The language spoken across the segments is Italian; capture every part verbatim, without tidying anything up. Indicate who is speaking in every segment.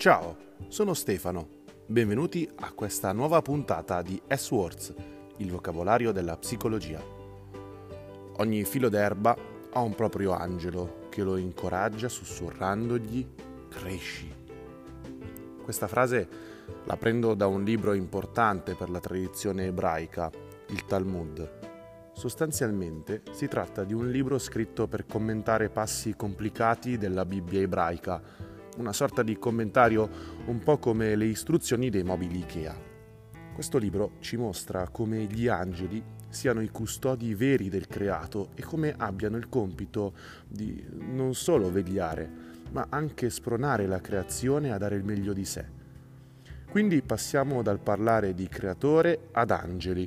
Speaker 1: Ciao, sono Stefano. Benvenuti a questa nuova puntata di S-Words, il vocabolario della psicologia. Ogni filo d'erba ha un proprio angelo che lo incoraggia sussurrandogli «Cresci». Questa frase la prendo da un libro importante per la tradizione ebraica, il Talmud. Sostanzialmente si tratta di un libro scritto per commentare passi complicati della Bibbia ebraica, una sorta di commentario un po' come le istruzioni dei mobili Ikea. Questo libro ci mostra come gli angeli siano i custodi veri del creato e come abbiano il compito di non solo vegliare, ma anche spronare la creazione a dare il meglio di sé. Quindi passiamo dal parlare di creatore ad angeli.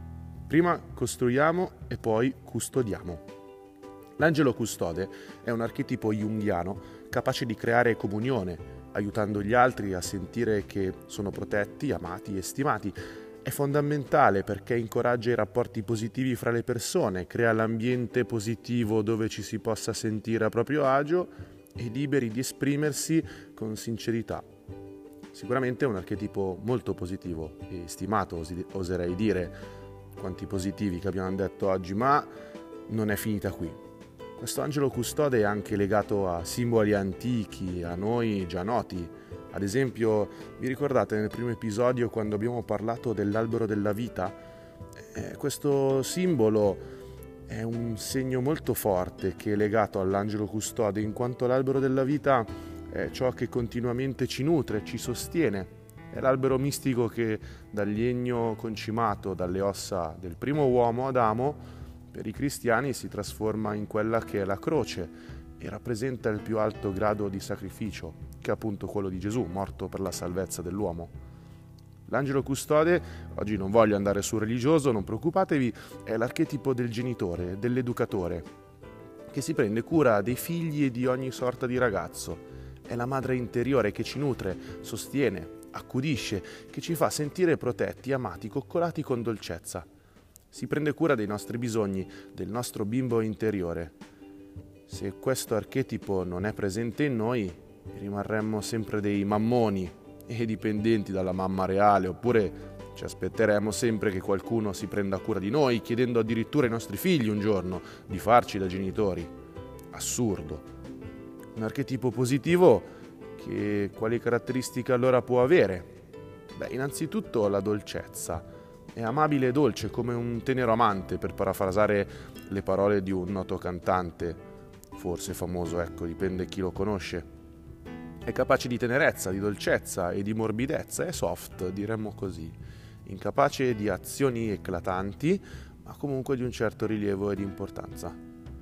Speaker 1: Prima costruiamo e poi custodiamo. L'angelo custode è un archetipo junghiano capace di creare comunione, aiutando gli altri a sentire che sono protetti, amati e stimati. È fondamentale perché incoraggia i rapporti positivi fra le persone, crea l'ambiente positivo dove ci si possa sentire a proprio agio e liberi di esprimersi con sincerità. Sicuramente è un archetipo molto positivo e stimato, oserei dire, quanti positivi che abbiamo detto oggi, ma non è finita qui. Questo angelo custode è anche legato a simboli antichi, a noi già noti. Ad esempio, vi ricordate nel primo episodio quando abbiamo parlato dell'albero della vita? Eh, questo simbolo è un segno molto forte che è legato all'angelo custode, in quanto l'albero della vita è ciò che continuamente ci nutre, ci sostiene. È l'albero mistico che dal legno concimato dalle ossa del primo uomo, Adamo, per i cristiani si trasforma in quella che è la croce e rappresenta il più alto grado di sacrificio, che è appunto quello di Gesù, morto per la salvezza dell'uomo. L'angelo custode, oggi non voglio andare sul religioso, non preoccupatevi, è l'archetipo del genitore, dell'educatore, che si prende cura dei figli e di ogni sorta di ragazzo. È la madre interiore che ci nutre, sostiene, accudisce, che ci fa sentire protetti, amati, coccolati con dolcezza. Si prende cura dei nostri bisogni, del nostro bimbo interiore. Se questo archetipo non è presente in noi, rimarremmo sempre dei mammoni e dipendenti dalla mamma reale, oppure ci aspetteremo sempre che qualcuno si prenda cura di noi, chiedendo addirittura ai nostri figli un giorno di farci da genitori. Assurdo. Un archetipo positivo che quali caratteristiche allora può avere? Beh, innanzitutto la dolcezza. È amabile e dolce come un tenero amante, per parafrasare le parole di un noto cantante, forse famoso, ecco, dipende chi lo conosce. È capace di tenerezza, di dolcezza e di morbidezza, è soft, diremmo così, incapace di azioni eclatanti, ma comunque di un certo rilievo ed importanza.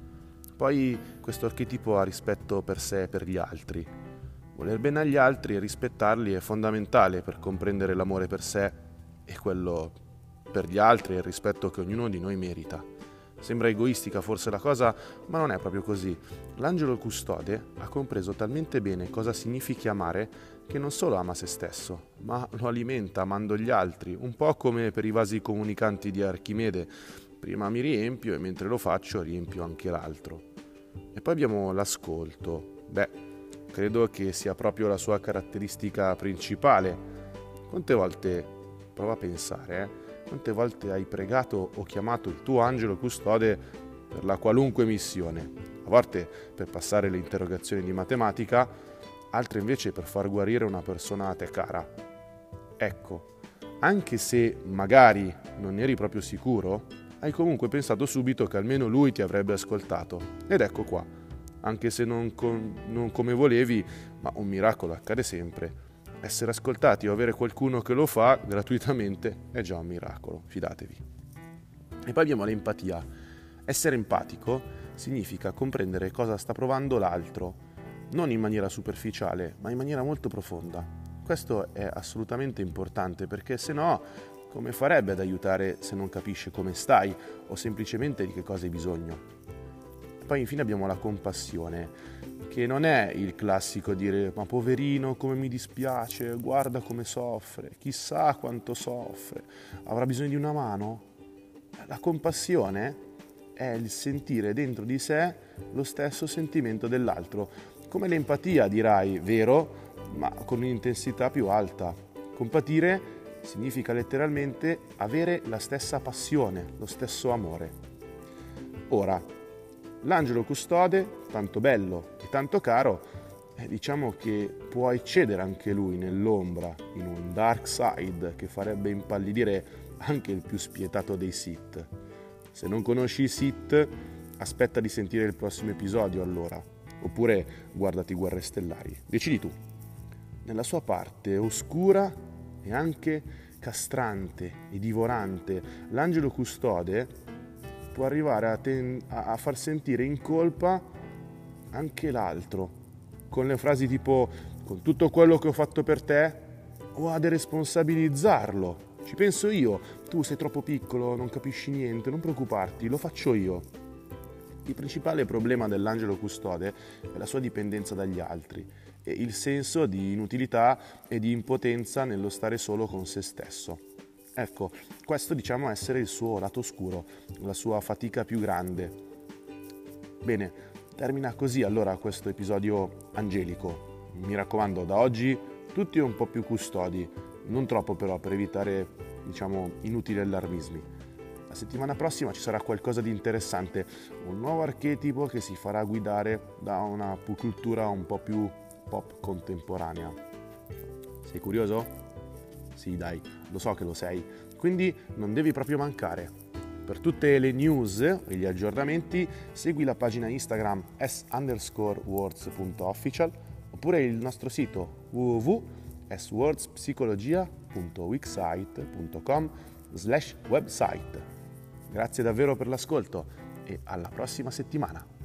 Speaker 1: Poi questo archetipo ha rispetto per sé e per gli altri. Voler bene agli altri e rispettarli è fondamentale per comprendere l'amore per sé e quello per gli altri e il rispetto che ognuno di noi merita. Sembra egoistica forse la cosa, ma non è proprio così. L'angelo custode ha compreso talmente bene cosa significhi amare che non solo ama se stesso, ma lo alimenta amando gli altri, un po' come per i vasi comunicanti di Archimede. Prima mi riempio e mentre lo faccio riempio anche l'altro. E poi abbiamo l'ascolto. Beh, credo che sia proprio la sua caratteristica principale. Quante volte, prova a pensare, eh? Quante volte hai pregato o chiamato il tuo angelo custode per la qualunque missione? A volte per passare le interrogazioni di matematica, altre invece per far guarire una persona a te cara. Ecco, anche se magari non ne eri proprio sicuro, hai comunque pensato subito che almeno lui ti avrebbe ascoltato. Ed ecco qua, anche se non, con, non come volevi, ma un miracolo accade sempre. Essere ascoltati o avere qualcuno che lo fa gratuitamente è già un miracolo, fidatevi. E poi abbiamo l'empatia. Essere empatico significa comprendere cosa sta provando l'altro, non in maniera superficiale, ma in maniera molto profonda. Questo è assolutamente importante perché se no, come farebbe ad aiutare se non capisce come stai o semplicemente di che cosa hai bisogno? Poi infine abbiamo la compassione, che non è il classico dire ma poverino come mi dispiace, guarda come soffre, chissà quanto soffre, avrà bisogno di una mano? La compassione è il sentire dentro di sé lo stesso sentimento dell'altro, come l'empatia dirai, vero? ma con un'intensità più alta. Compatire significa letteralmente avere la stessa passione, lo stesso amore. Ora, l'angelo custode, tanto bello e tanto caro, eh, diciamo che può eccedere anche lui nell'ombra, in un dark side che farebbe impallidire anche il più spietato dei Sith. Se non conosci i Sith, aspetta di sentire il prossimo episodio allora, oppure guardati Guerre Stellari, decidi tu. Nella sua parte oscura e anche castrante e divorante, l'angelo custode può arrivare a, ten- a far sentire in colpa anche l'altro, con le frasi tipo con tutto quello che ho fatto per te, o a deresponsabilizzarlo. Ci penso io, tu sei troppo piccolo, non capisci niente, non preoccuparti, lo faccio io. Il principale problema dell'angelo custode è la sua dipendenza dagli altri e il senso di inutilità e di impotenza nello stare solo con se stesso. Ecco, questo diciamo essere il suo lato oscuro, la sua fatica più grande. Bene, termina così allora questo episodio angelico. Mi raccomando, da oggi tutti un po' più custodi, non troppo però per evitare, diciamo, inutili allarmismi. La settimana prossima ci sarà qualcosa di interessante, un nuovo archetipo che si farà guidare da una cultura un po' più pop contemporanea. Sei curioso? Sì, dai, lo so che lo sei, quindi non devi proprio mancare. Per tutte le news e gli aggiornamenti segui la pagina Instagram s underscore words punto official oppure il nostro sito w w w punto s words psicologia punto wixsite punto com slash website. Grazie davvero per l'ascolto e alla prossima settimana.